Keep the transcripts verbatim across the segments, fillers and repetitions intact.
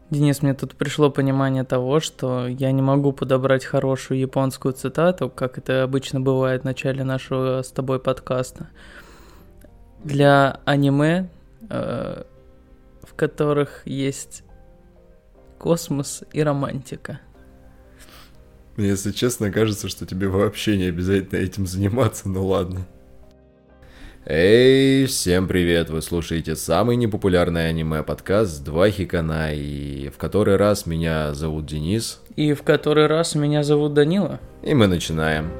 Денис, мне тут пришло понимание того, что я не могу подобрать хорошую японскую цитату, как это обычно бывает в начале нашего с тобой подкаста. Для аниме, э, в которых есть космос и романтика. Мне, если честно, кажется, что тебе вообще не обязательно этим заниматься, ну ладно. Эй, всем привет! Вы слушаете самый непопулярный аниме-подкаст «Два Хикана», и в который раз меня зовут Денис. И в который раз меня зовут Данила. И мы начинаем.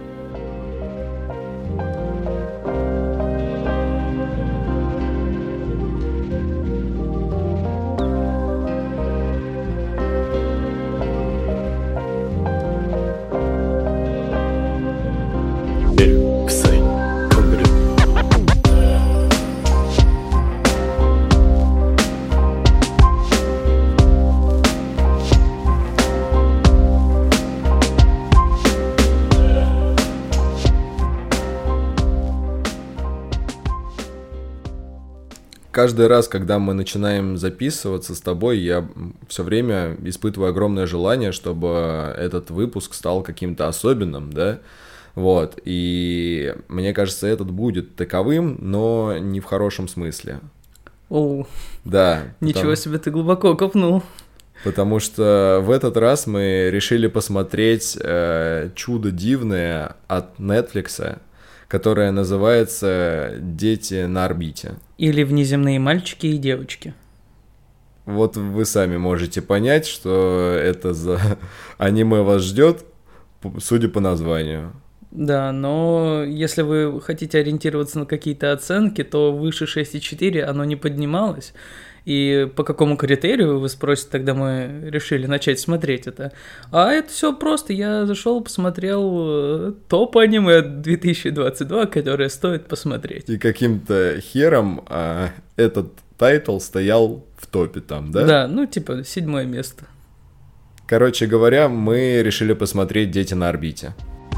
Каждый раз, когда мы начинаем записываться с тобой, я все время испытываю огромное желание, чтобы этот выпуск стал каким-то особенным, да, вот, и мне кажется, этот будет таковым, но не в хорошем смысле. Оу, да. Ничего потому... себе, ты глубоко копнул. Потому что в этот раз мы решили посмотреть э, чудо дивное от Netflix, которое называется «Дети на орбите». Или «Внеземные мальчики и девочки». Вот вы сами можете понять, что это за аниме вас ждет, судя по названию. Да, но если вы хотите ориентироваться на какие-то оценки, то выше шесть и четыре оно не поднималось. И по какому критерию, вы спросите, тогда мы решили начать смотреть это. А это все просто. Я зашел, посмотрел топ аниме две тысячи двадцать два, которое стоит посмотреть. И каким-то хером а, этот тайтл стоял в топе там, да? Да, ну типа седьмое место. Короче говоря, мы решили посмотреть «Дети на орбите».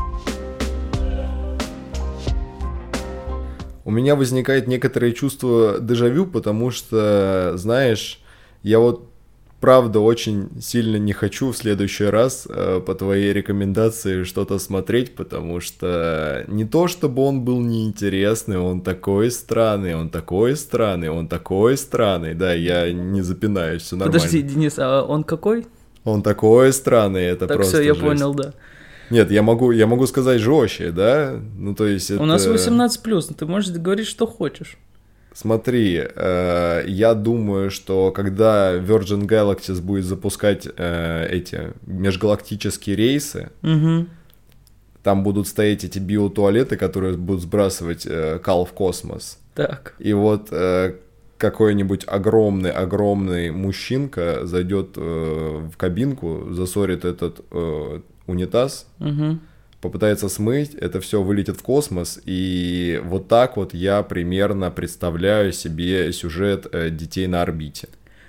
У меня возникает некоторое чувство дежавю, потому что, знаешь, я вот правда очень сильно не хочу в следующий раз э, по твоей рекомендации что-то смотреть, потому что не то чтобы он был неинтересный, он такой странный, он такой странный, он такой странный, да, я не запинаюсь, все нормально. Подожди, Денис, а он какой? Он такой странный, это так просто все, я жесть. понял, да. Нет, я могу, я могу сказать жестче, да? Ну, то есть это... У нас восемнадцать плюс, ты можешь говорить, что хочешь. Смотри, э, я думаю, что когда Virgin Galactic будет запускать э, эти межгалактические рейсы, угу. там будут стоять эти биотуалеты, которые будут сбрасывать э, кал в космос. Так. И вот э, какой-нибудь огромный-огромный мужчинка зайдет э, в кабинку, засорит этот... Э, унитаз, угу. попытается смыть, это все вылетит в космос, и вот так вот я примерно представляю себе сюжет э, «Детей на орбите».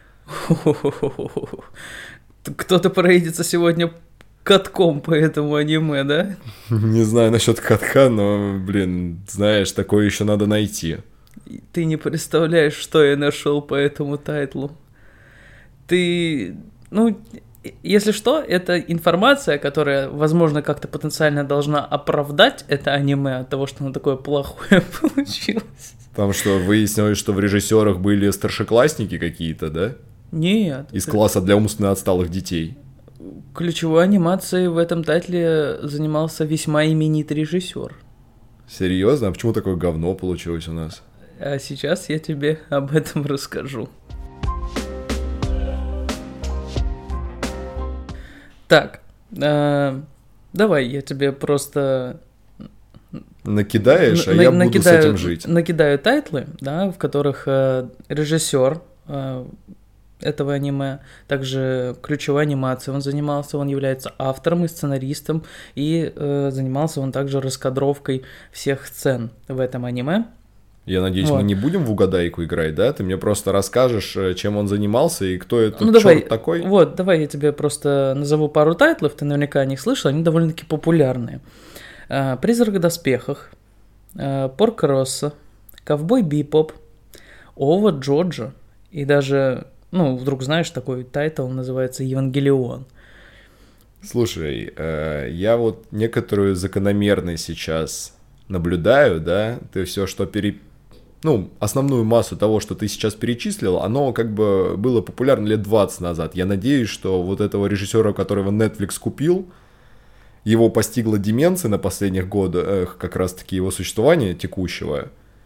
Кто-то проедется сегодня катком по этому аниме, да? Не знаю насчет катка, но, блин, знаешь, такое еще надо найти. Ты не представляешь, что я нашел по этому тайтлу. Ты, ну... Если что, это информация, которая, возможно, как-то потенциально должна оправдать это аниме от того, что оно такое плохое получилось. Там что, выяснилось, что в режиссерах были старшеклассники какие-то, да? Нет. Из класса для умственно отсталых детей. Ключевой анимацией в этом тайтле занимался весьма именитый режиссер. Серьезно? А почему такое говно получилось у нас? А сейчас я тебе об этом расскажу. Так, э, давай я тебе просто... Накидаешь, а на- я накидаю, буду с этим жить. Накидаю тайтлы, да, в которых э, режиссер э, этого аниме, также ключевой анимацией он занимался, он является автором и сценаристом, и э, занимался он также раскадровкой всех сцен в этом аниме. Я надеюсь, вот. Мы не будем в угадайку играть, да? Ты мне просто расскажешь, чем он занимался и кто этот ну, черт давай, такой. Вот, давай я тебе просто назову пару тайтлов, ты наверняка о них слышал, они довольно-таки популярные. «Призрак в доспехах», «Порко Россо», «Ковбой Бибоп», «Ова Джорджо» и даже ну, вдруг знаешь, такой тайтл называется «Евангелион». Слушай, э, я вот некоторую закономерность сейчас наблюдаю, да, ты все, что пере... Ну, основную массу того, что ты сейчас перечислил, оно как бы было популярно лет двадцать назад. Я надеюсь, что вот этого режиссера, которого Netflix купил, его постигла деменция на последних годах, как раз-таки его существования текущего.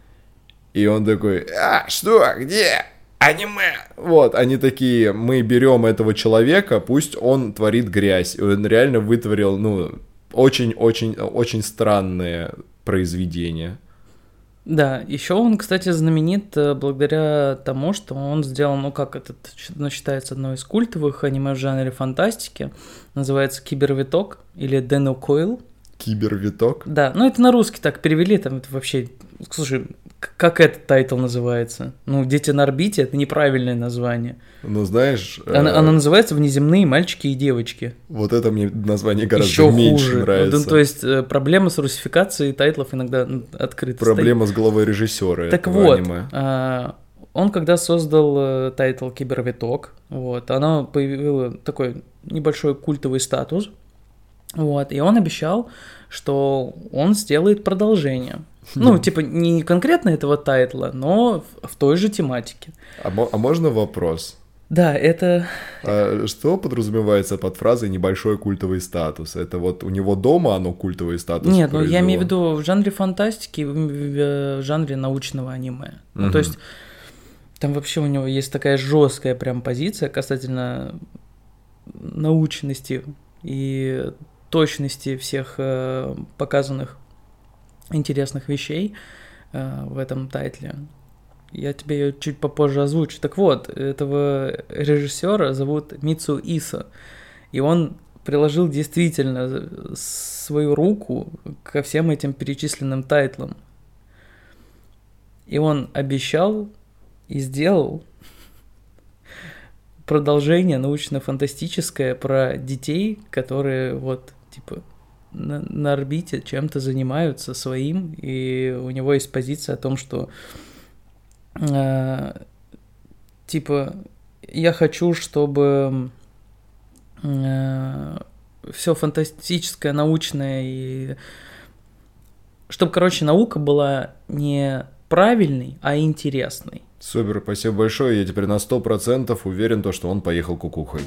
И он такой: а, что, где? Аниме! Вот, они такие: мы берем этого человека, пусть он творит грязь. И он реально вытворил, ну, очень-очень-очень странные произведения. Да, еще он, кстати, знаменит благодаря тому, что он сделал, ну как это ну, считается одной из культовых аниме в жанре фантастики, называется «Кибервиток» или «Дено Койл». Кибервиток? Да, ну это на русский так перевели, там это вообще... Слушай, как этот тайтл называется? Ну, «Дети на орбите» — это неправильное название. Ну, знаешь... Она, э... она называется «Внеземные мальчики и девочки». Вот это мне название гораздо Еще меньше хуже. нравится. Ну, то есть, проблема с русификацией тайтлов иногда открыта. Проблема стоит. С головой режиссера так этого вот, аниме. А, он когда создал тайтл «Кибервиток», вот, оно появило такой небольшой культовый статус, вот, и он обещал, что он сделает продолжение. Ну, типа, не конкретно этого тайтла, но в, в той же тематике. А, а можно вопрос? Да, это... А что подразумевается под фразой «небольшой культовый статус»? Это вот у него дома оно культовый статус? Нет, ну произвело? я имею в виду в жанре фантастики, в, в, в жанре научного аниме. Угу. Ну, то есть, там вообще у него есть такая жесткая прям позиция касательно научности и точности всех э, показанных интересных вещей э, в этом тайтле. Я тебе ее чуть попозже озвучу. Так вот, этого режиссера зовут Мицу Иса, и он приложил действительно свою руку ко всем этим перечисленным тайтлам. И он обещал и сделал продолжение научно-фантастическое про детей, которые вот, типа, на, на орбите чем-то занимаются своим, и у него есть позиция о том, что э, типа, я хочу, чтобы э, все фантастическое, научное, и чтобы, короче, наука была не правильной, а интересной. Супер, спасибо большое. Я теперь на сто процентов уверен, то, что он поехал кукухой.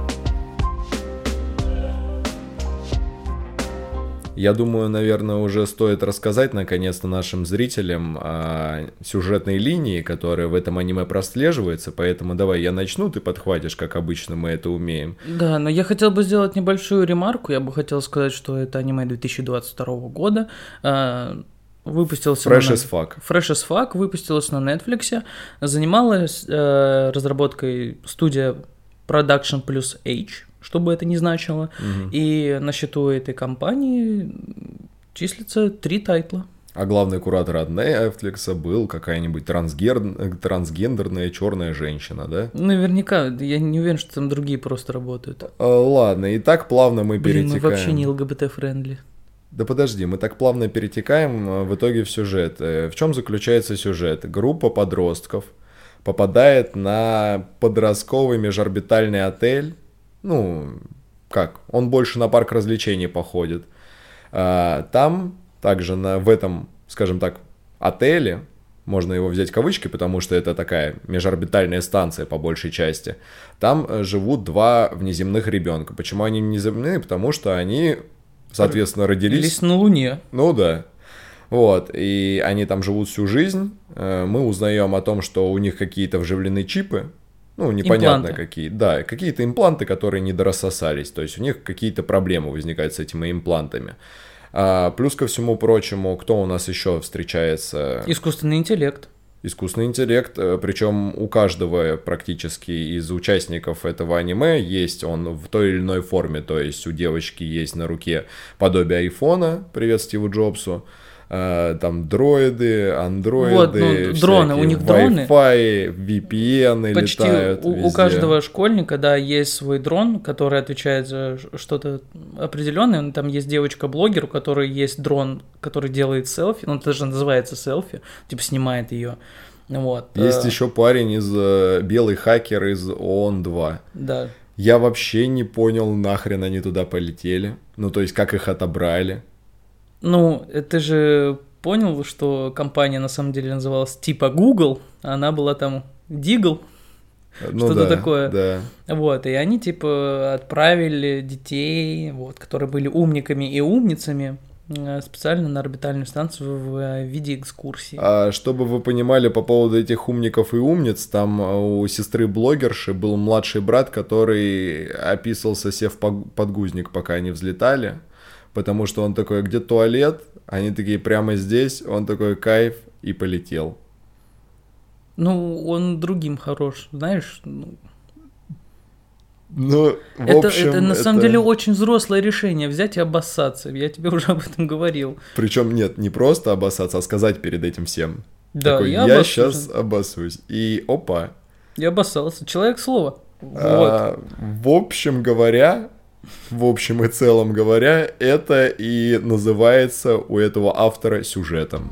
Я думаю, наверное, уже стоит рассказать наконец-то нашим зрителям о сюжетной линии, которая в этом аниме прослеживается, поэтому давай я начну, ты подхватишь, как обычно мы это умеем. Да, но я хотел бы сделать небольшую ремарку, я бы хотел сказать, что это аниме две тысячи двадцать второго года, выпустился Fresh на... as fuck. Fresh as fuck, выпустилась на Netflix, занималась э, разработкой студия Production плюс H, что бы это ни значило, угу. И на счету этой компании числится три тайтла. А главный куратор от Netflix был какая-нибудь трансгер... трансгендерная черная женщина, да? Наверняка, я не уверен, что там другие просто работают. А, ладно, и так плавно мы Блин, перетекаем. мы вообще не ЛГБТ-френдли. Да подожди, мы так плавно перетекаем в итоге в сюжет. В чем заключается сюжет? Группа подростков попадает на подростковый межорбитальный отель. Ну, как? Он больше на парк развлечений походит. Там также на, в этом, скажем так, отеле, можно его взять в кавычки, потому что это такая межорбитальная станция по большей части, там живут два внеземных ребенка. Почему они внеземные? Потому что они... Соответственно, родились... Родились на Луне. Ну да. Вот. И они там живут всю жизнь. Мы узнаем о том, что у них какие-то вживлены чипы. Ну, непонятно импланты. какие. Да, какие-то импланты, которые недорассосались. То есть у них какие-то проблемы возникают с этими имплантами. А, плюс ко всему прочему, кто у нас еще встречается? Искусственный интеллект. Искусственный интеллект, причем у каждого практически из участников этого аниме есть он в той или иной форме, то есть у девочки есть на руке подобие айфона, привет Стиву Джобсу, там дроиды, андроиды, вот, ну, дроны, у них дроны, Wi-Fi, ви пи эн почти летают у, везде. У каждого школьника, да, есть свой дрон, который отвечает за что-то определенное. Там есть девочка-блогер, у которой есть дрон, который делает селфи, ну, это даже называется селфи, типа снимает ее. Вот. Есть э, еще парень из э, белый хакер из ООН два. Да. Я вообще не понял, нахрен они туда полетели. Ну, то есть, как их отобрали. Ну, э, ты же понял, что компания на самом деле называлась типа Google, а она была там Deagle, Ну что-то да, такое. да. Вот, и они типа отправили детей, вот, которые были умниками и умницами, э, специально на орбитальную станцию в э, виде экскурсии. А чтобы вы понимали по поводу этих умников и умниц, там у сестры блогерши был младший брат, который описывался себе в пог- подгузник, пока они взлетали, потому что он такой, где туалет? Они такие, прямо здесь, он такой, кайф, и полетел. Ну, он другим хорош, знаешь. ну, Ну, в Это, общем, это на самом это- деле очень взрослое решение, взять и обоссаться. Я тебе уже об этом говорил. Причем нет, не просто обоссаться, а сказать перед этим всем. Да, Такой, я я обоссусь. сейчас обоссусь. И опа. Я обоссался. Человек слова. Вот. А, в общем говоря, в общем и целом говоря, это и называется у этого автора сюжетом.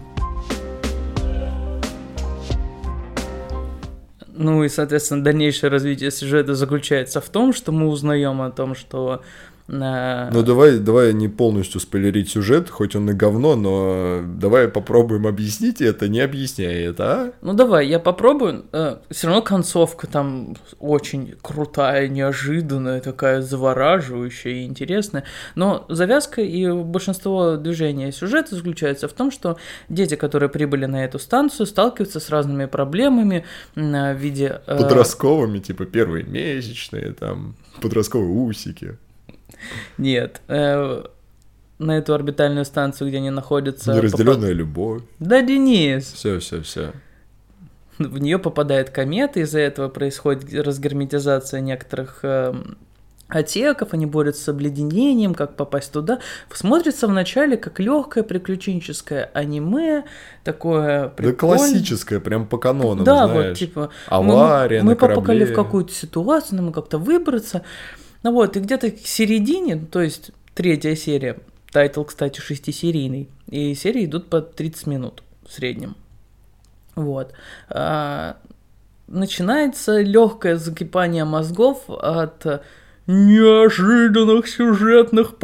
Ну и, соответственно, дальнейшее развитие сюжета заключается в том, что мы узнаем о том, что... э, Ну давай, давай не полностью спойлерить сюжет, хоть он и говно, но давай попробуем объяснить это, не объясняя это, а? Ну давай, я попробую. Все равно концовка там очень крутая, неожиданная, такая завораживающая и интересная. Но завязка и большинство движения сюжета заключается в том, что дети, которые прибыли на эту станцию, сталкиваются с разными проблемами м, в виде... э, Подростковыми, типа первые месячные, там, подростковые усики. Нет. э, На эту орбитальную станцию, где они находятся... Неразделенная любовь. попа- Да, Денис! Все, все, все. В нее попадает комета, из-за этого происходит разгерметизация некоторых эм, отсеков, они борются с обледенением, как попасть туда. Смотрится вначале как легкое приключенческое аниме, такое Да прикольное. классическое, прям по канонам, Да, знаешь. вот типа Авария мы, мы на корабле. попали в какую-то ситуацию, нам как-то выбраться. Ну вот, и где-то к середине, то есть третья серия, тайтл, кстати, шестисерийный, и серии идут по тридцать минут в среднем. Вот. А, начинается легкое закипание мозгов от неожиданных сюжетных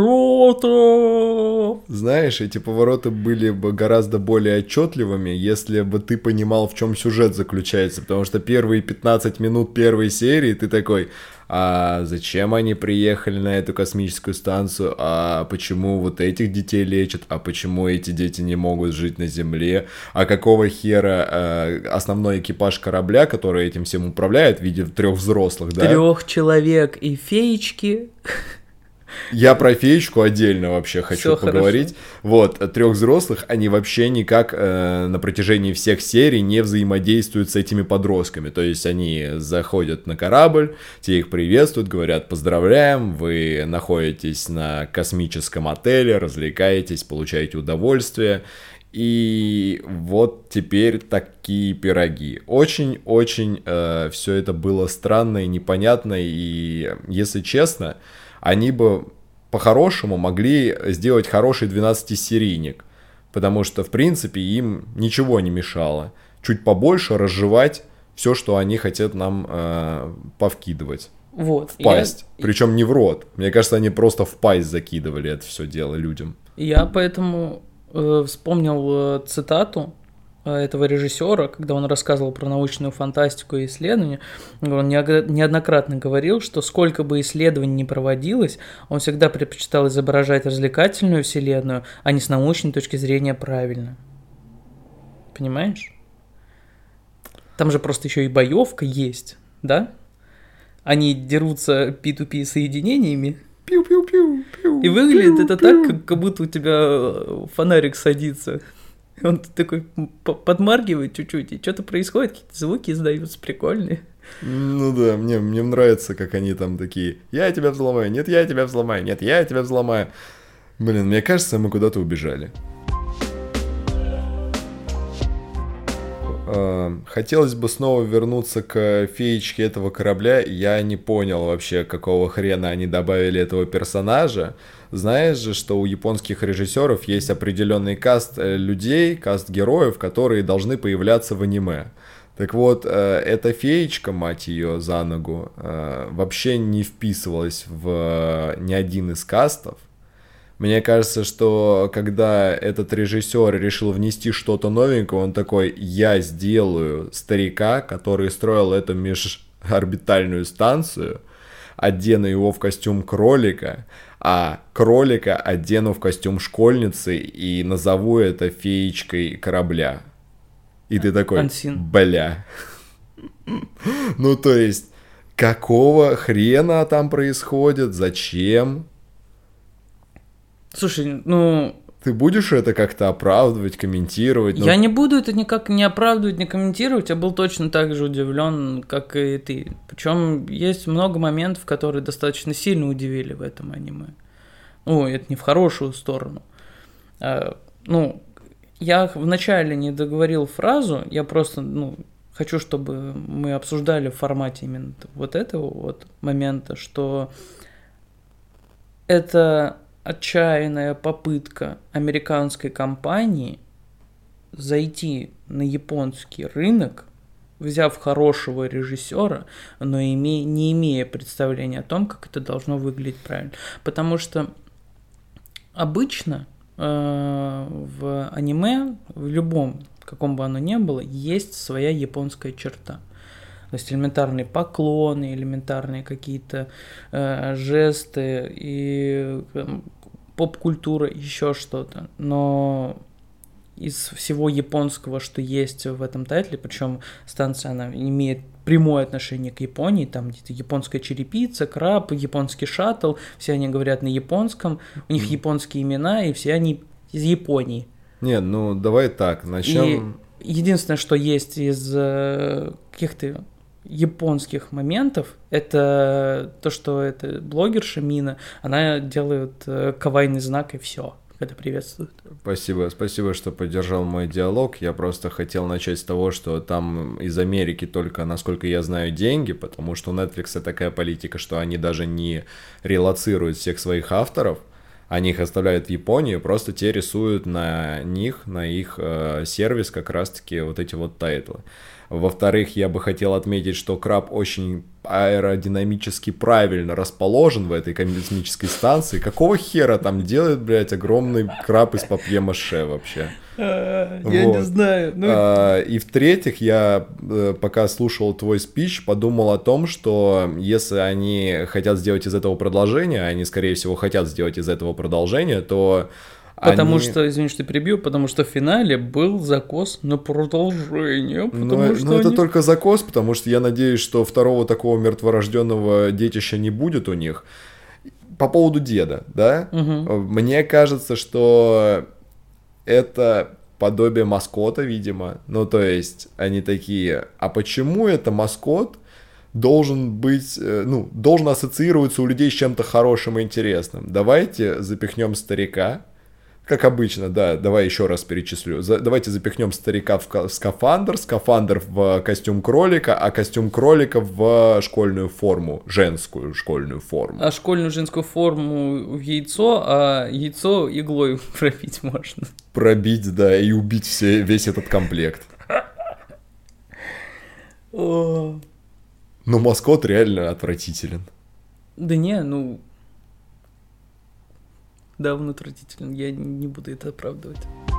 поворотов. Знаешь, эти повороты были бы гораздо более отчетливыми, если бы ты понимал, в чем сюжет заключается. Потому что первые пятнадцать минут первой серии ты такой, а зачем они приехали на эту космическую станцию, а почему вот этих детей лечат, а почему эти дети не могут жить на Земле, а какого хера э, основной экипаж корабля, который этим всем управляет в виде трех взрослых, да? Трех человек и феечки. Я про феечку отдельно вообще хочу Всё поговорить. Вот, трех взрослых, они вообще никак э, на протяжении всех серий не взаимодействуют с этими подростками. То есть они заходят на корабль, те их приветствуют, говорят: поздравляем, вы находитесь на космическом отеле, развлекаетесь, получаете удовольствие. И вот теперь такие пироги. Очень-очень э, все это было странно и непонятно. И, если честно, они бы по-хорошему могли сделать хороший двенадцатисерийник, потому что, в принципе, им ничего не мешало чуть побольше разжевать все, что они хотят нам э, повкидывать. Вот. В пасть. Я, Причем не в рот. Мне кажется, они просто в пасть закидывали это все дело людям. я поэтому э, вспомнил э, цитату этого режиссера, когда он рассказывал про научную фантастику и исследования. Он неоднократно говорил, что сколько бы исследований ни проводилось, он всегда предпочитал изображать развлекательную вселенную, а не с научной точки зрения правильно. Понимаешь? Там же просто еще и боевка есть, да? Они дерутся пи ту пи соединениями. Пиу-пиу-пиу. И выглядит это так, как, как будто у тебя фонарик садится. Он такой подмаргивает чуть-чуть, и что-то происходит, какие-то звуки издаются прикольные. Ну да, мне, мне нравится, как они там такие: я тебя взломаю, нет, я тебя взломаю, нет, я тебя взломаю. Блин, мне кажется, мы куда-то убежали. э, хотелось бы снова вернуться к феечке этого корабля. Я не понял вообще, какого хрена они добавили этого персонажа. Знаешь же, что у японских режиссеров есть определенный каст людей, каст героев, которые должны появляться в аниме. Так вот, эта феечка, мать ее за ногу, вообще не вписывалась в ни один из кастов. Мне кажется, что когда этот режиссер решил внести что-то новенькое, он такой: я сделаю старика, который строил эту межорбитальную станцию, одену его в костюм кролика, а кролика одену в костюм школьницы и назову это феечкой корабля. И ты такой: Ансин. Бля. Ну, то есть, какого хрена там происходит? Зачем? Слушай, ну... Ты будешь это как-то оправдывать, комментировать? Я ну... не буду это никак не оправдывать, не комментировать. Я был точно так же удивлен, как и ты. Причем есть много моментов, которые достаточно сильно удивили в этом аниме. Ну, это не в хорошую сторону. А, ну, я вначале не договорил фразу, я просто, ну, хочу, чтобы мы обсуждали в формате именно вот этого вот момента, что это... отчаянная попытка американской компании зайти на японский рынок, взяв хорошего режиссера, но име, не имея представления о том, как это должно выглядеть правильно. Потому что обычно э, в аниме, в любом, каком бы оно ни было, есть своя японская черта. То есть элементарные поклоны, элементарные какие-то э, жесты и э, поп-культура, еще что-то. Но из всего японского, что есть в этом тайтле, причем станция, она имеет прямое отношение к Японии, там где-то японская черепица, краб, японский шаттл, все они говорят на японском, у них японские имена, и все они из Японии. Нет, ну давай так, начнем... И единственное, что есть из э, каких-то японских моментов, это то, что это блогерша Мина, она делает э, кавайный знак и все, когда приветствует. Спасибо, спасибо, что поддержал мой диалог. Я просто хотел начать с того, что там из Америки только, насколько я знаю, деньги, потому что у Netflix такая политика, что они даже не релоцируют всех своих авторов, они их оставляют в Японии, просто те рисуют на них, на их э, сервис как раз-таки вот эти вот тайтлы. Во-вторых, я бы хотел отметить, что краб очень аэродинамически правильно расположен в этой космической станции. Какого хера там делает, блядь, огромный краб из папье-маше вообще? Я не знаю. И в-третьих, я, пока слушал твой спич, подумал о том, что если они хотят сделать из этого продолжение, а они, скорее всего, хотят сделать из этого продолжение, то... Потому они... что, извини, что перебью, потому что в финале был закос на продолжение. Ну, что ну они... это только закос, потому что я надеюсь, что второго такого мертворожденного детища не будет у них. По поводу деда, да? Угу. Мне кажется, что это подобие маскота, видимо. Ну, то есть, они такие, а почему это маскот должен быть, ну, должен ассоциироваться у людей с чем-то хорошим и интересным? Давайте запихнем старика. Как обычно, да, давай еще раз перечислю. За, давайте запихнем старика в, в скафандр, скафандр в костюм кролика, а костюм кролика в школьную форму, женскую школьную форму. А школьную женскую форму в яйцо, а яйцо иглой пробить можно. Пробить, да, и убить все, весь этот комплект. Но маскот реально отвратителен. Да не, ну... Да, он отвратителен, я не буду это оправдывать.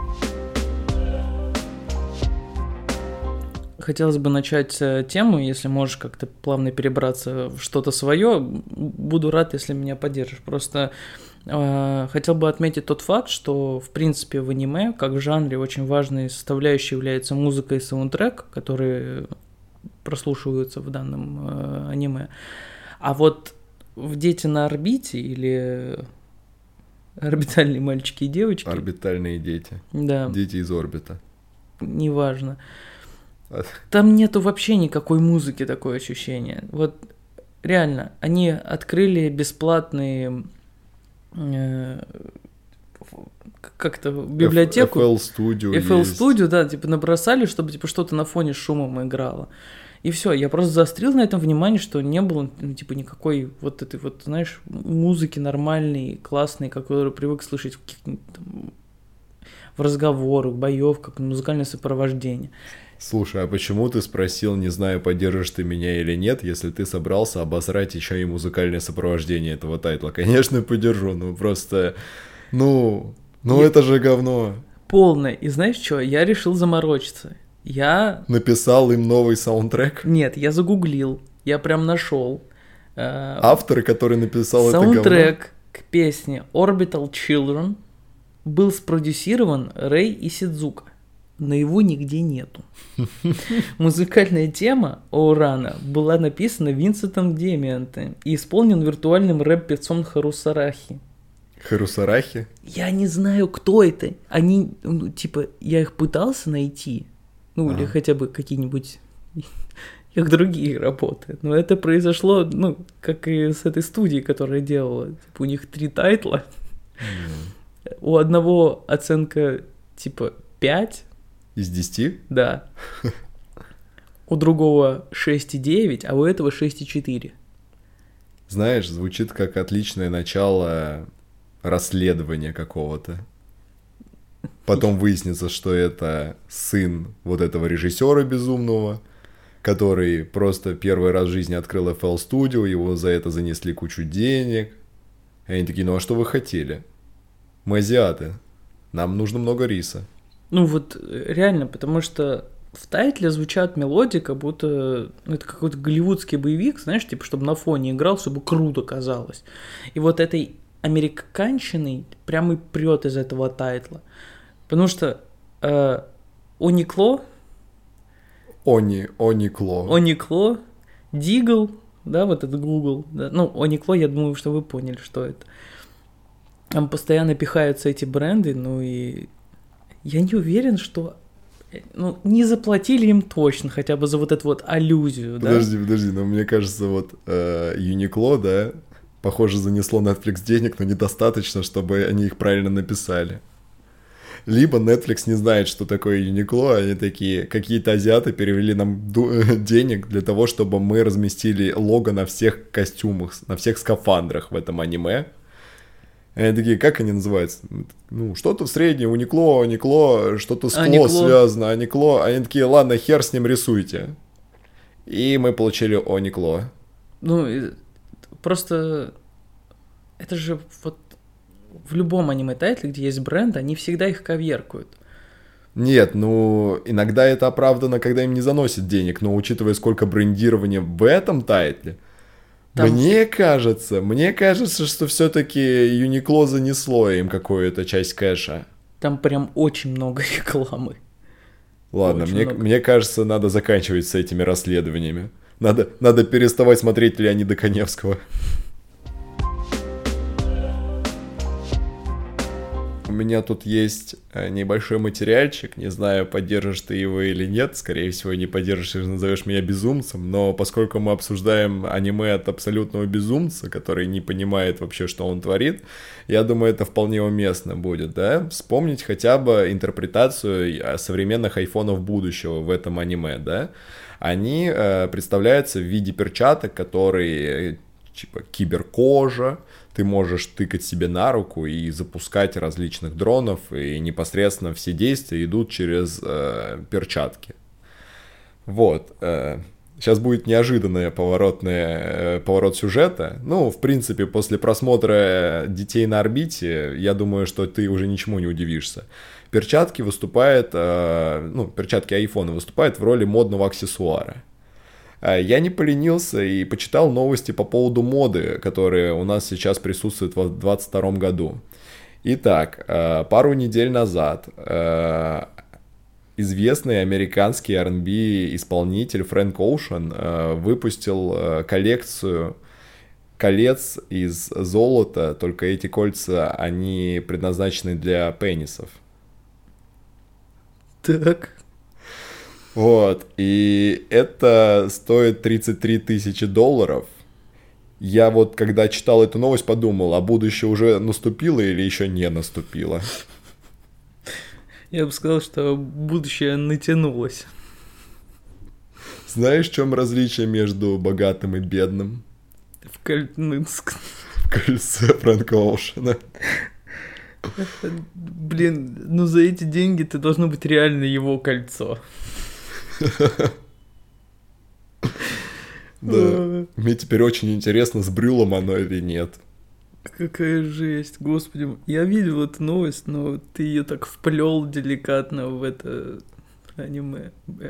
Хотелось бы начать тему, если можешь как-то плавно перебраться в что-то свое. Буду рад, если меня поддержишь. Просто э, хотел бы отметить тот факт, что, в принципе, в аниме, как в жанре, очень важной составляющей является музыка и саундтрек, которые прослушиваются в данном э, аниме. А вот в «Дети на орбите» или... Орбитальные мальчики и девочки. Орбитальные дети. Да. Дети из орбита. Неважно. Там нету вообще никакой музыки, такое ощущение. Вот реально, они открыли бесплатные э, как-то библиотеку. эф эл Studio эф эл есть. Studio, да, типа набросали, чтобы типа что-то на фоне с шумом играло. И все, я просто заострил на этом внимание, что не было, ну, типа, никакой вот этой вот, знаешь, музыки нормальной, классной, которую привык слышать в каких-нибудь там, в разговорах, боевках, музыкальное сопровождение. Слушай, а почему ты спросил, не знаю, поддержишь ты меня или нет, если ты собрался обосрать еще и музыкальное сопровождение этого тайтла? Конечно, поддержу, ну просто, ну, ну Я... это же говно. Полное. И знаешь что, я решил заморочиться. Я... Написал им новый саундтрек? Нет, я загуглил, я прям нашел. Э... Автор, который написал это говно? Саундтрек к песне Orbital Children был спродюсирован Рэй Исидзука, но его нигде нету. Музыкальная тема Оурана была написана Винсентом Демианте и исполнен виртуальным рэп-певцом Харусарахи. Харусарахи? Я не знаю, кто это. Они, ну, типа, я их пытался найти, ну, а. или хотя бы какие-нибудь их другие работы. Но это произошло, ну, как и с этой студией, которая делала. Типа, у них три тайтла. Mm. У одного оценка, типа, пять. Из десяти? Да. У другого шесть и девять, а у этого шесть и четыре. Знаешь, звучит как отличное начало расследования какого-то. Потом выяснится, что это сын вот этого режиссера безумного, который просто первый раз в жизни открыл эф эл Studio, его за это занесли кучу денег. И они такие, ну а что вы хотели? Мы азиаты, нам нужно много риса. Ну вот реально, потому что в тайтле звучат мелодии, как будто ну, это какой-то голливудский боевик, знаешь, типа, чтобы на фоне играл, чтобы круто казалось. И вот этой американщиной прямо и прет из этого тайтла. Потому что э, Оникло... Они, Оникло. Оникло, Дигл, да, вот это Google. Да. Ну, Оникло, я думаю, что вы поняли, что это. Там постоянно пихаются эти бренды, ну и... Я не уверен, что ну, не заплатили им точно хотя бы за вот эту вот аллюзию, подожди, да? Подожди, но мне кажется, вот Uniqlo, да, похоже, занесло Netflix денег, но недостаточно, чтобы они их правильно написали. Либо Netflix не знает, что такое Uniqlo, они такие, какие-то азиаты перевели нам денег для того, чтобы мы разместили лого на всех костюмах, на всех скафандрах в этом аниме. И они такие, как они называются? Ну, что-то в среднем, Уникло, Уникло, что-то с Кло связано, Уникло. Они такие, ладно, хер с ним рисуйте. И мы получили Уникло. Ну, просто это же вот в любом аниме-тайтле, где есть бренд, они всегда их коверкуют. Нет, ну, иногда это оправдано, когда им не заносят денег, но учитывая, сколько брендирования в этом тайтле, Там... Мне кажется, мне кажется, что все-таки Uniqlo занесло им какую-то часть кэша. Там прям очень много рекламы. Ладно, мне, мне кажется, надо заканчивать с этими расследованиями. Надо, надо переставать смотреть Леонида Каневского. У меня тут есть небольшой материальчик, не знаю, поддержишь ты его или нет, скорее всего, не поддержишь и назовешь меня безумцем, но поскольку мы обсуждаем аниме от абсолютного безумца, который не понимает вообще, что он творит, я думаю, это вполне уместно будет, да, вспомнить хотя бы интерпретацию современных айфонов будущего в этом аниме, да, они э, представляются в виде перчаток, которые типа киберкожа, ты можешь тыкать себе на руку и запускать различных дронов, и непосредственно все действия идут через э, перчатки. Вот. Э, сейчас будет неожиданный поворотный, э, поворот сюжета. Ну, в принципе, после просмотра «Детей на орбите», я думаю, что ты уже ничему не удивишься. Перчатки выступают, э, ну, перчатки айфона выступают в роли модного аксессуара. Я не поленился и почитал новости по поводу моды, которые у нас сейчас присутствуют в двадцать втором году. Итак, пару недель назад известный американский ар энд би-исполнитель Фрэнк Оушен выпустил коллекцию колец из золота, только эти кольца, они предназначены для пенисов. Так... Вот, и это стоит тридцать три тысячи долларов. Я вот, когда читал эту новость, подумал, а будущее уже наступило или еще не наступило? Я бы сказал, что будущее натянулось. Знаешь, в чем различие между богатым и бедным? В коль... ну, В кольце Фрэнка Оушена. Блин, ну за эти деньги ты должно быть реально его кольцо. Да. Мне теперь очень интересно, с брюлом оно или нет. Какая жесть, господи. Я видел эту новость, но ты ее так вплел деликатно в это аниме.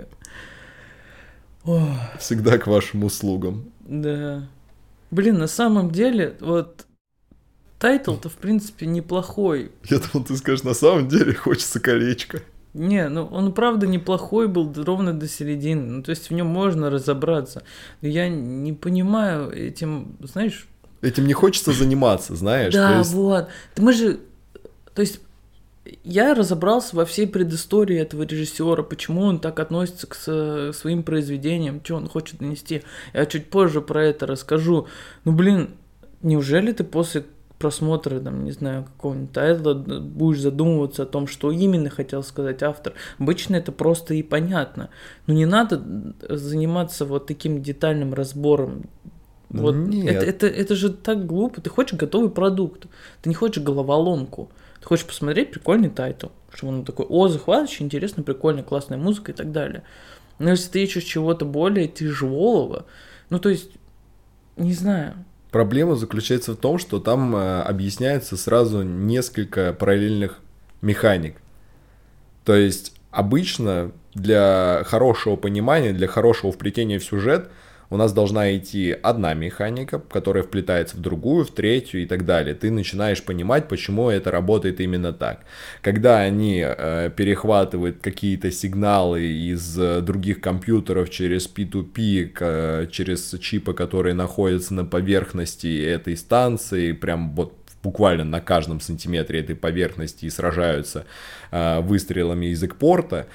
Ох. Всегда к вашим услугам. Да. Блин, на самом деле, вот тайтл-то, в принципе, неплохой. Я думал, ты скажешь, на самом деле хочется колечко. Не, ну он правда неплохой был ровно до середины. Ну, то есть в нем можно разобраться. Но я не понимаю этим, знаешь... Этим не хочется заниматься, знаешь. Да, то есть... вот. Мы же... То есть я разобрался во всей предыстории этого режиссера, почему он так относится к своим произведениям, что он хочет донести. Я чуть позже про это расскажу. Ну, блин, неужели ты после просмотра, там, не знаю, какого-нибудь тайтла будешь задумываться о том, что именно хотел сказать автор? Обычно это просто и понятно. Но не надо заниматься вот таким детальным разбором. Вот Нет. Это, это, это же так глупо. Ты хочешь готовый продукт, ты не хочешь головоломку. Ты хочешь посмотреть прикольный тайтл, чтобы он такой, о, захватывающий, интересно, прикольно, классная музыка и так далее. Но если ты ищешь чего-то более тяжелого, ну то есть, не знаю. Проблема заключается в том, что там э, объясняется сразу несколько параллельных механик. То есть обычно для хорошего понимания, для хорошего вплетения в сюжет у нас должна идти одна механика, которая вплетается в другую, в третью и так далее. Ты начинаешь понимать, почему это работает именно так. Когда они э, перехватывают какие-то сигналы из э, других компьютеров через пи ту пи, э, через чипы, которые находятся на поверхности этой станции, прям вот буквально на каждом сантиметре этой поверхности и сражаются э, выстрелами из экпорта,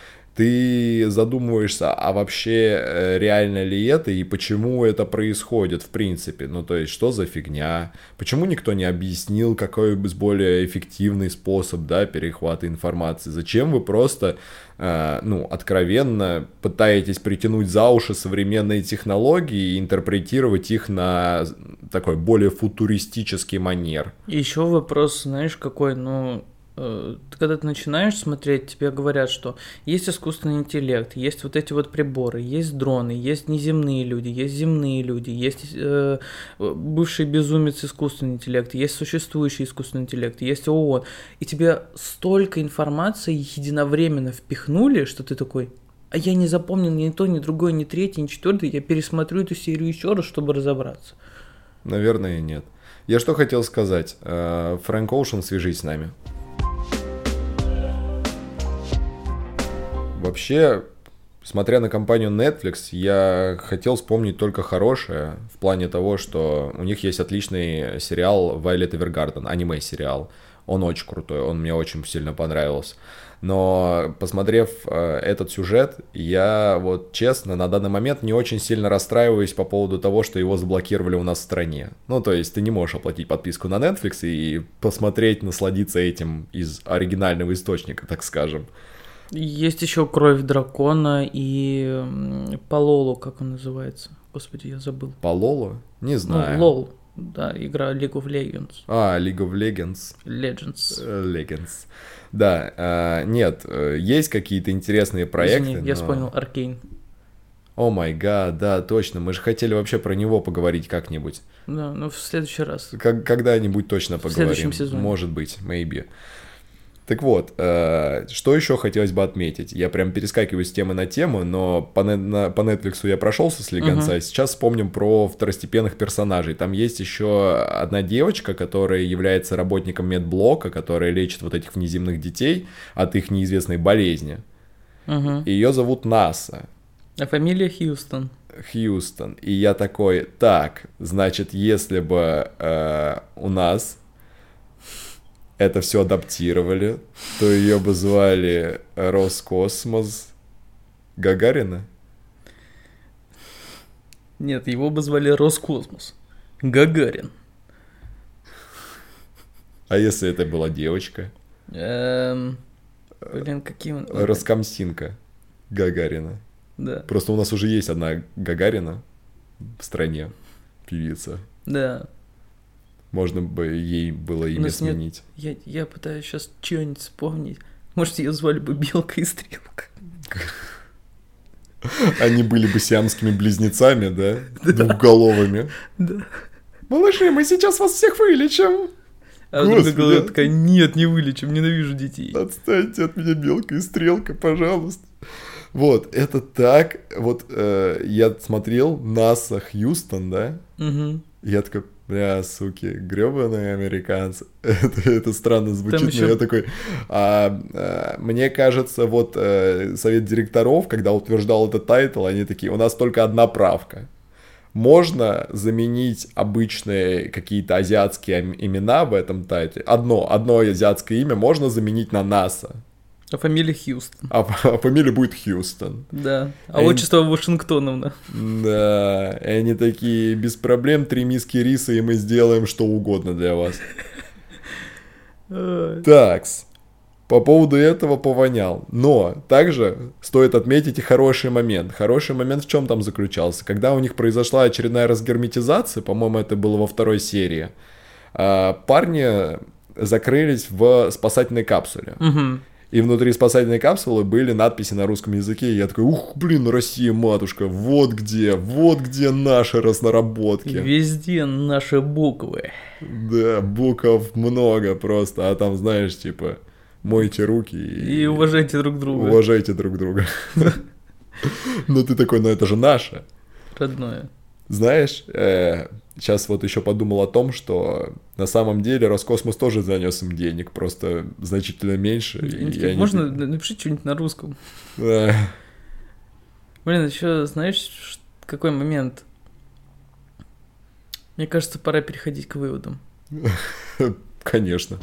ты задумываешься, а вообще реально ли это и почему это происходит в принципе? Ну, то есть, что за фигня? Почему никто не объяснил, какой более эффективный способ, да, перехвата информации? Зачем вы просто, э, ну, откровенно пытаетесь притянуть за уши современные технологии и интерпретировать их на такой более футуристический манер? Еще вопрос, знаешь, какой, ну... Когда ты начинаешь смотреть, тебе говорят, что есть искусственный интеллект, есть вот эти вот приборы, есть дроны, есть неземные люди, есть земные люди, есть э, бывший безумец искусственный интеллект, есть существующий искусственный интеллект, есть ООН. И тебе столько информации единовременно впихнули, что ты такой, а я не запомнил ни то, ни другое, ни третье, ни четвертое, я пересмотрю эту серию еще раз, чтобы разобраться. Наверное, нет. Я что хотел сказать. Фрэнк Оушен, свяжись с нами. Вообще, смотря на компанию Netflix, я хотел вспомнить только хорошее, в плане того, что у них есть отличный сериал Violet Evergarden, аниме-сериал. Он очень крутой, он мне очень сильно понравился. Но, посмотрев э, этот сюжет, я вот честно на данный момент не очень сильно расстраиваюсь по поводу того, что его заблокировали у нас в стране. Ну, то есть ты не можешь оплатить подписку на Netflix и посмотреть, насладиться этим из оригинального источника, так скажем. Есть еще «Кровь дракона» и Пололо, как он называется? Господи, я забыл. Пололо? Не знаю. Ну, лол. Да, игра League of Legends. А, League of Legends. Legends. Legends. Да, э, нет, есть какие-то интересные проекты. Извини, но... я вспомнил Аркейн. О май гад, да, точно. Мы же хотели вообще про него поговорить как-нибудь. Да, ну в следующий раз. Как- когда-нибудь точно поговорим. В следующем сезоне. Может быть, maybe. Так вот, э, что еще хотелось бы отметить? Я прям перескакиваю с темы на тему, но по, не- на, по Netflix я прошелся с Легонца. Uh-huh. Сейчас вспомним про второстепенных персонажей. Там есть еще одна девочка, которая является работником медблока, которая лечит вот этих внеземных детей от их неизвестной болезни. Uh-huh. Ее зовут Наса. А фамилия Хьюстон. Хьюстон. И я такой, так, значит, если бы э, у нас это все адаптировали, то ее бы звали Роскосмос Гагарина? Нет, его бы звали Роскосмос Гагарин. А если это была девочка? Эм... Блин, какие он... Роскомсинка Гагарина. Да. Просто у нас уже есть одна Гагарина в стране, певица. Да. Можно бы ей было имя сменить. Нет... Я, я пытаюсь сейчас что-нибудь вспомнить. Может, ее звали бы Белка и Стрелка. Они были бы сиамскими близнецами, да? Двухголовыми. Да. Малыши, мы сейчас вас всех вылечим. А другая голова такая: нет, не вылечим, ненавижу детей. Отстаньте от меня, Белка и Стрелка, пожалуйста. Вот, это так. Вот э, я смотрел НАСА Хьюстон, да? Угу. Я такой: бля, суки, гребаные американцы. это, это странно звучит, еще... но я такой... А, а, мне кажется, вот а, совет директоров, когда утверждал этот тайтл, они такие: у нас только одна правка. Можно заменить обычные какие-то азиатские имена в этом тайтле. Одно, одно азиатское имя можно заменить на НАСА. А фамилия Хьюстон. А, а фамилия будет Хьюстон. Да. А и отчество они... Вашингтоновна. Да. И они такие: без проблем, три миски риса, и мы сделаем что угодно для вас. Такс. По поводу этого повонял. Но также стоит отметить и хороший момент. Хороший момент в чем там заключался? Когда у них произошла очередная разгерметизация, по-моему, это было во второй серии, парни закрылись в спасательной капсуле. Угу. И внутри спасательной капсулы были надписи на русском языке. И я такой: ух, блин, Россия, матушка, вот где, вот где наши разработки. Везде наши буквы. Да, букв много просто. А там, знаешь, типа... Мойте руки и... И уважайте друг друга. Уважайте друг друга. Ну ты такой: ну это же наше. Родное. Знаешь, сейчас вот еще подумал о том, что на самом деле Роскосмос тоже занес им денег, просто значительно меньше. Можно напиши что-нибудь на русском. Да. Блин, еще знаешь, какой момент? Мне кажется, пора переходить к выводам. Конечно.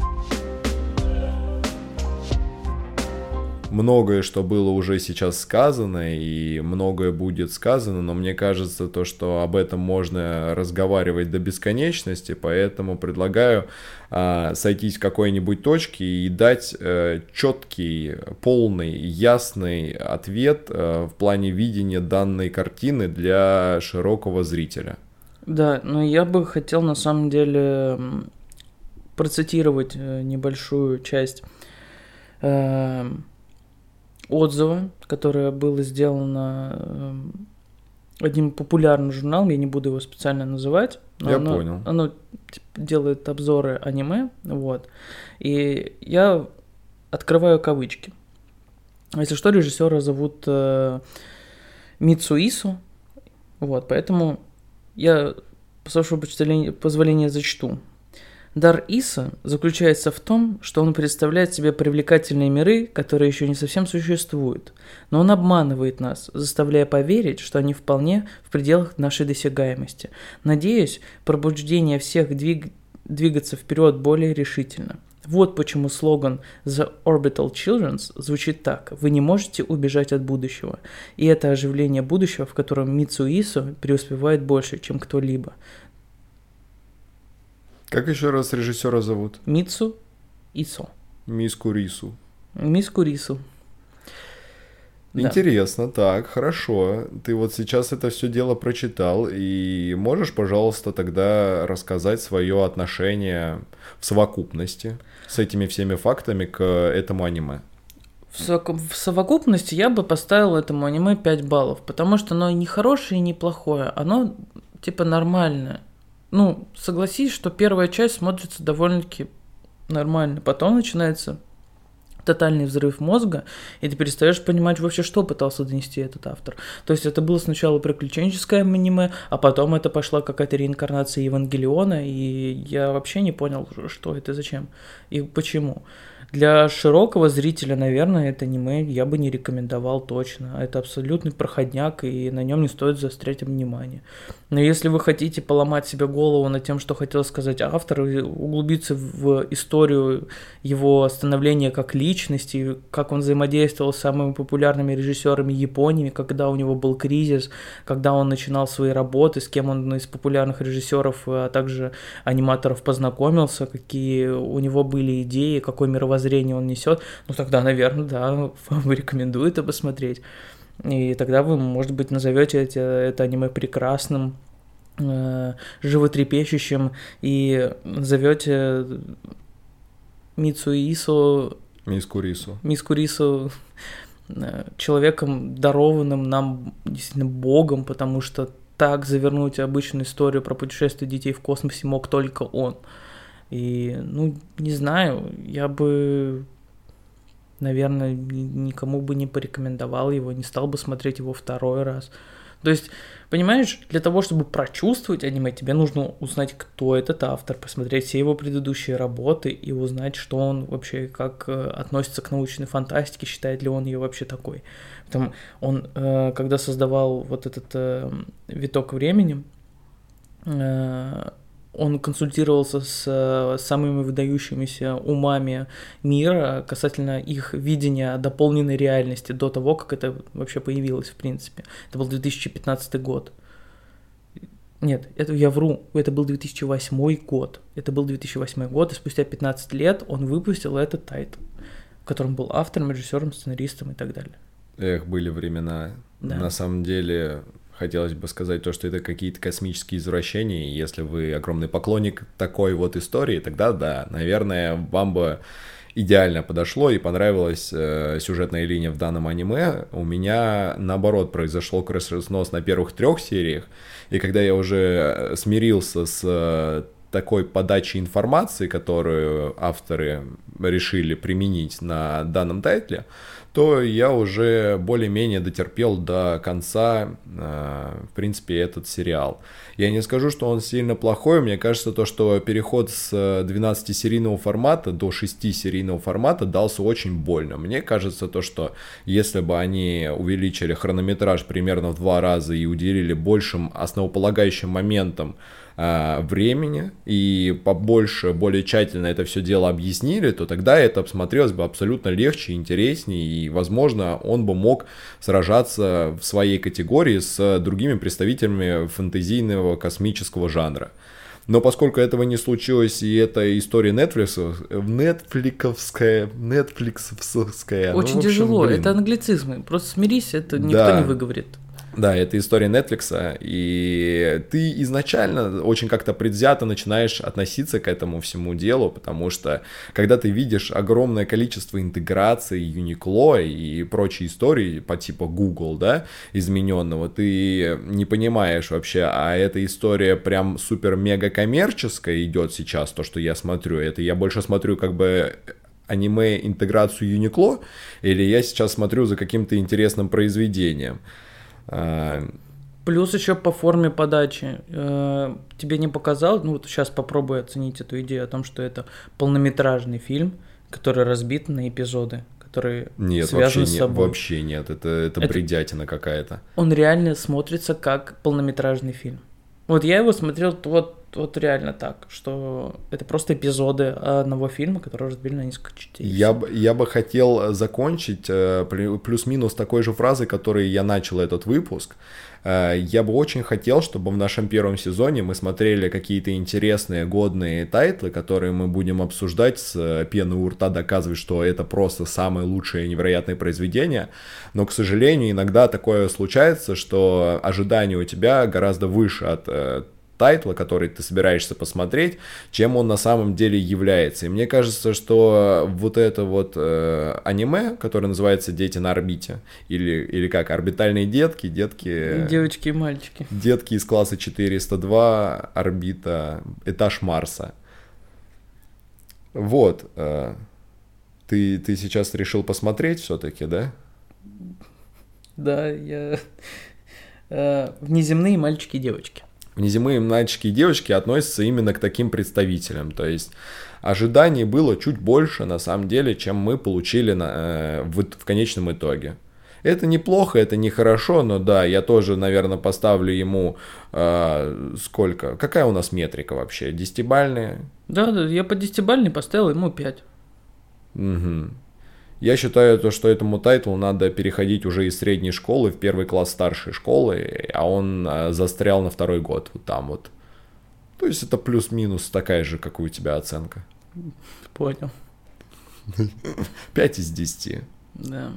Многое, что было уже сейчас сказано, и многое будет сказано, но мне кажется, то, что об этом можно разговаривать до бесконечности, поэтому предлагаю а, сойтись в какой-нибудь точке и дать а, четкий, полный, ясный ответ а, в плане видения данной картины для широкого зрителя. Да, но я бы хотел на самом деле процитировать небольшую часть э, отзыва, которое было сделано э, одним популярным журналом, я не буду его специально называть. Но я оно, понял. Оно типа, делает обзоры аниме, вот. И я открываю кавычки. Если что, режиссера зовут э, Мицу Ису, вот, поэтому я, с вашего позволения, зачту. Дар Иса заключается в том, что он представляет себе привлекательные миры, которые еще не совсем существуют, но он обманывает нас, заставляя поверить, что они вполне в пределах нашей досягаемости. Надеюсь, пробуждение всех двиг... двигаться вперед более решительно. Вот почему слоган The Orbital Children звучит так: «Вы не можете убежать от будущего». И это оживление будущего, в котором Мицу Ису преуспевает больше, чем кто-либо. Как еще раз режиссера зовут? Мицу Ису. Миску Рису. Миску Рису. Интересно, да. Так, хорошо. Ты вот сейчас это все дело прочитал, и можешь, пожалуйста, тогда рассказать свое отношение в совокупности с этими всеми фактами к этому аниме? В, со- в совокупности я бы поставил этому аниме пять баллов, потому что оно не хорошее и не плохое, оно типа нормальное. Ну, согласись, что первая часть смотрится довольно-таки нормально, потом начинается тотальный взрыв мозга, и ты перестаешь понимать вообще, что пытался донести этот автор. То есть это было сначала приключенческое аниме, а потом это пошла какая-то реинкарнация Евангелиона, и я вообще не понял, что это, зачем и почему. Для широкого зрителя, наверное, это аниме я бы не рекомендовал точно. Это абсолютный проходняк, и на нем не стоит заострять внимание. Но если вы хотите поломать себе голову над тем, что хотел сказать автор, и углубиться в историю его становления как личности, как он взаимодействовал с самыми популярными режиссерами Японии, когда у него был кризис, когда он начинал свои работы, с кем он из популярных режиссеров, а также аниматоров познакомился, какие у него были идеи, какой мировоззрение мировоззрение он несет, ну тогда, наверное, да, вам рекомендую это посмотреть. И тогда вы, может быть, назовете это, это аниме прекрасным, э, животрепещущим и назовете Мицуису Миску Рису. Миску Рису человеком, дарованным нам действительно богом, потому что так завернуть обычную историю про путешествие детей в космосе мог только он. И, ну, не знаю, я бы, наверное, никому бы не порекомендовал его, не стал бы смотреть его второй раз. То есть, понимаешь, для того, чтобы прочувствовать аниме, тебе нужно узнать, кто этот автор, посмотреть все его предыдущие работы и узнать, что он вообще, как относится к научной фантастике, считает ли он ее вообще такой. Потому он, когда создавал вот этот виток времени, он консультировался с самыми выдающимися умами мира касательно их видения дополненной реальности до того, как это вообще появилось, в принципе. Это был две тысячи пятнадцатый год. Нет, это я вру, это был две тысячи восьмой год. Это был две тысячи восьмой год, и спустя пятнадцать лет он выпустил этот тайтл, в котором был автором, режиссером, сценаристом и так далее. Эх, были времена. Да. На самом деле... Хотелось бы сказать то, что это какие-то космические извращения, и если вы огромный поклонник такой вот истории, тогда да, наверное, вам бы идеально подошло и понравилась э, сюжетная линия в данном аниме. У меня, наоборот, произошло крышеснос на первых трех сериях, и когда я уже смирился с э, такой подачей информации, которую авторы решили применить на данном тайтле, то я уже более-менее дотерпел до конца, э, в принципе, этот сериал. Я не скажу, что он сильно плохой, мне кажется, то, что переход с двенадцатисерийного формата до шестисерийного формата дался очень больно. Мне кажется, то, что если бы они увеличили хронометраж примерно в два раза и уделили большим основополагающим моментам времени и побольше, более тщательно это все дело объяснили, то тогда это смотрелось бы абсолютно легче, интереснее, и, возможно, он бы мог сражаться в своей категории с другими представителями фэнтезийного космического жанра. Но поскольку этого не случилось, и это история Netflix, нетфликовская, нетфликсовская... Очень ну, общем, тяжело, блин. Это англицизмы, просто смирись, это никто да. не выговорит. Да, это история Netflix, и ты изначально очень как-то предвзято начинаешь относиться к этому всему делу, потому что когда ты видишь огромное количество интеграций Uniqlo и прочей истории по типу Google, да, измененного, ты не понимаешь вообще, а эта история прям супер-мега коммерческая идет сейчас, то, что я смотрю, это я больше смотрю как бы... аниме-интеграцию Uniqlo, или я сейчас смотрю за каким-то интересным произведением. Плюс еще по форме подачи. Тебе не показал, ну вот сейчас попробуй оценить эту идею о том, что это полнометражный фильм, который разбит на эпизоды, которые нет, связаны с собой. Нет, вообще нет, это, это, это бредятина какая-то. Он реально смотрится как полнометражный фильм. Вот я его смотрел вот, вот реально так, что это просто эпизоды одного фильма, который разбили на несколько частей. Я, я бы хотел закончить плюс-минус такой же фразой, которой я начал этот выпуск. Я бы очень хотел, чтобы в нашем первом сезоне мы смотрели какие-то интересные, годные тайтлы, которые мы будем обсуждать с пеной у рта, доказывать, что это просто самое лучшее невероятное произведение. Но, к сожалению, иногда такое случается, что ожидания у тебя гораздо выше от тайтла, который ты собираешься посмотреть, чем он на самом деле является. И мне кажется, что вот это вот э, аниме, которое называется «Дети на орбите», или, или как, «Орбитальные детки», детки... Девочки и мальчики. Детки из класса четыреста два, орбита, этаж Марса. Вот. Э, ты, ты сейчас решил посмотреть все-таки, да? Да, я... Э, внеземные мальчики и девочки. Внеземные мальчики и девочки относятся именно к таким представителям. То есть ожиданий было чуть больше, на самом деле, чем мы получили на, э, в, в конечном итоге. Это неплохо, это нехорошо, но да, я тоже, наверное, поставлю ему э, сколько? Какая у нас метрика вообще? Десятибалльная? Да, да, я по десятибалльной поставил ему пять. Угу. Я считаю, то, что этому тайтлу надо переходить уже из средней школы в первый класс старшей школы, а он застрял на второй год вот там вот. То есть это плюс-минус такая же, как и у тебя оценка. Понял. пять из десяти. Да.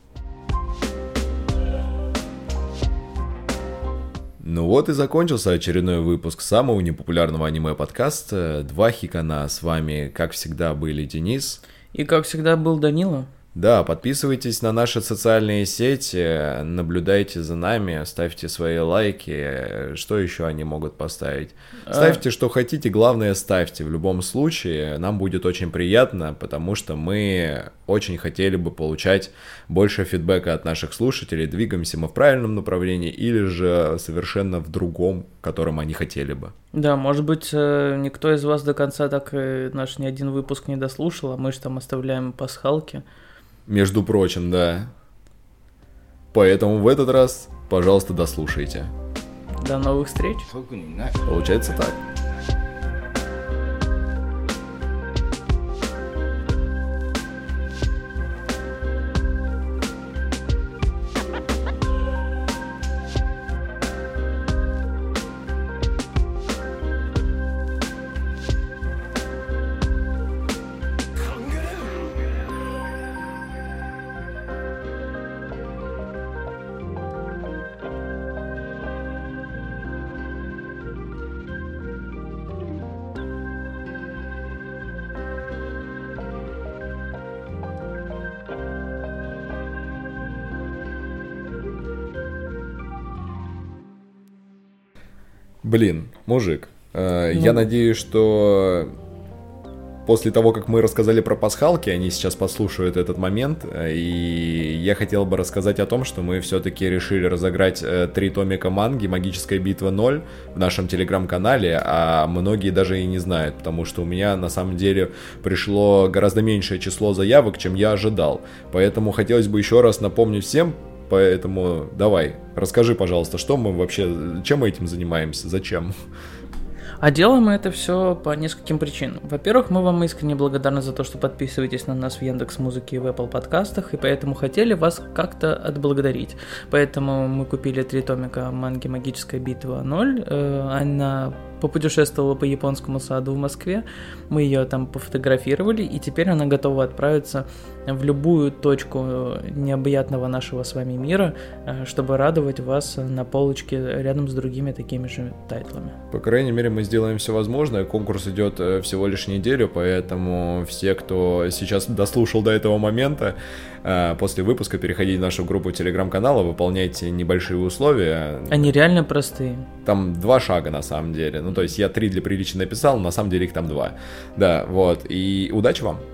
Ну вот и закончился очередной выпуск самого непопулярного аниме-подкаста «Два Хикана». С вами, как всегда, были Денис. И, как всегда, был Данила. Да, подписывайтесь на наши социальные сети, наблюдайте за нами, ставьте свои лайки. Что еще они могут поставить? Ставьте, что хотите, главное, ставьте. В любом случае, нам будет очень приятно, потому что мы очень хотели бы получать больше фидбэка от наших слушателей. Двигаемся мы в правильном направлении или же совершенно в другом, которым они хотели бы. Да, может быть, никто из вас до конца так и наш ни один выпуск не дослушал, а мы же там оставляем пасхалки. Между прочим, да. Поэтому в этот раз, пожалуйста, дослушайте. До новых встреч. Получается так. Блин, мужик, э, ну... я надеюсь, что после того, как мы рассказали про пасхалки, они сейчас послушают этот момент, и я хотел бы рассказать о том, что мы все-таки решили разыграть э, три томика манги «Магическая битва ноль» в нашем телеграм-канале, а многие даже и не знают, потому что у меня на самом деле пришло гораздо меньшее число заявок, чем я ожидал, поэтому хотелось бы еще раз напомнить всем. Поэтому давай, расскажи, пожалуйста, что мы вообще, чем мы этим занимаемся, зачем? А делаем мы это все по нескольким причинам. Во-первых, мы вам искренне благодарны за то, что подписываетесь на нас в Яндекс.Музыке и в Apple подкастах, и поэтому хотели вас как-то отблагодарить. Поэтому мы купили три томика манги «Магическая битва ноль». Она попутешествовала по японскому саду в Москве, мы ее там пофотографировали, и теперь она готова отправиться в любую точку необъятного нашего с вами мира, чтобы радовать вас на полочке рядом с другими такими же тайтлами. По крайней мере, мы сделаем все возможное. Конкурс идет всего лишь неделю, поэтому все, кто сейчас дослушал до этого момента, после выпуска переходите в нашу группу телеграм-канала, выполняйте небольшие условия. Они реально простые. Там два шага на самом деле. Ну, то есть я три для приличия написал, но на самом деле их там два. Да, вот. И удачи вам!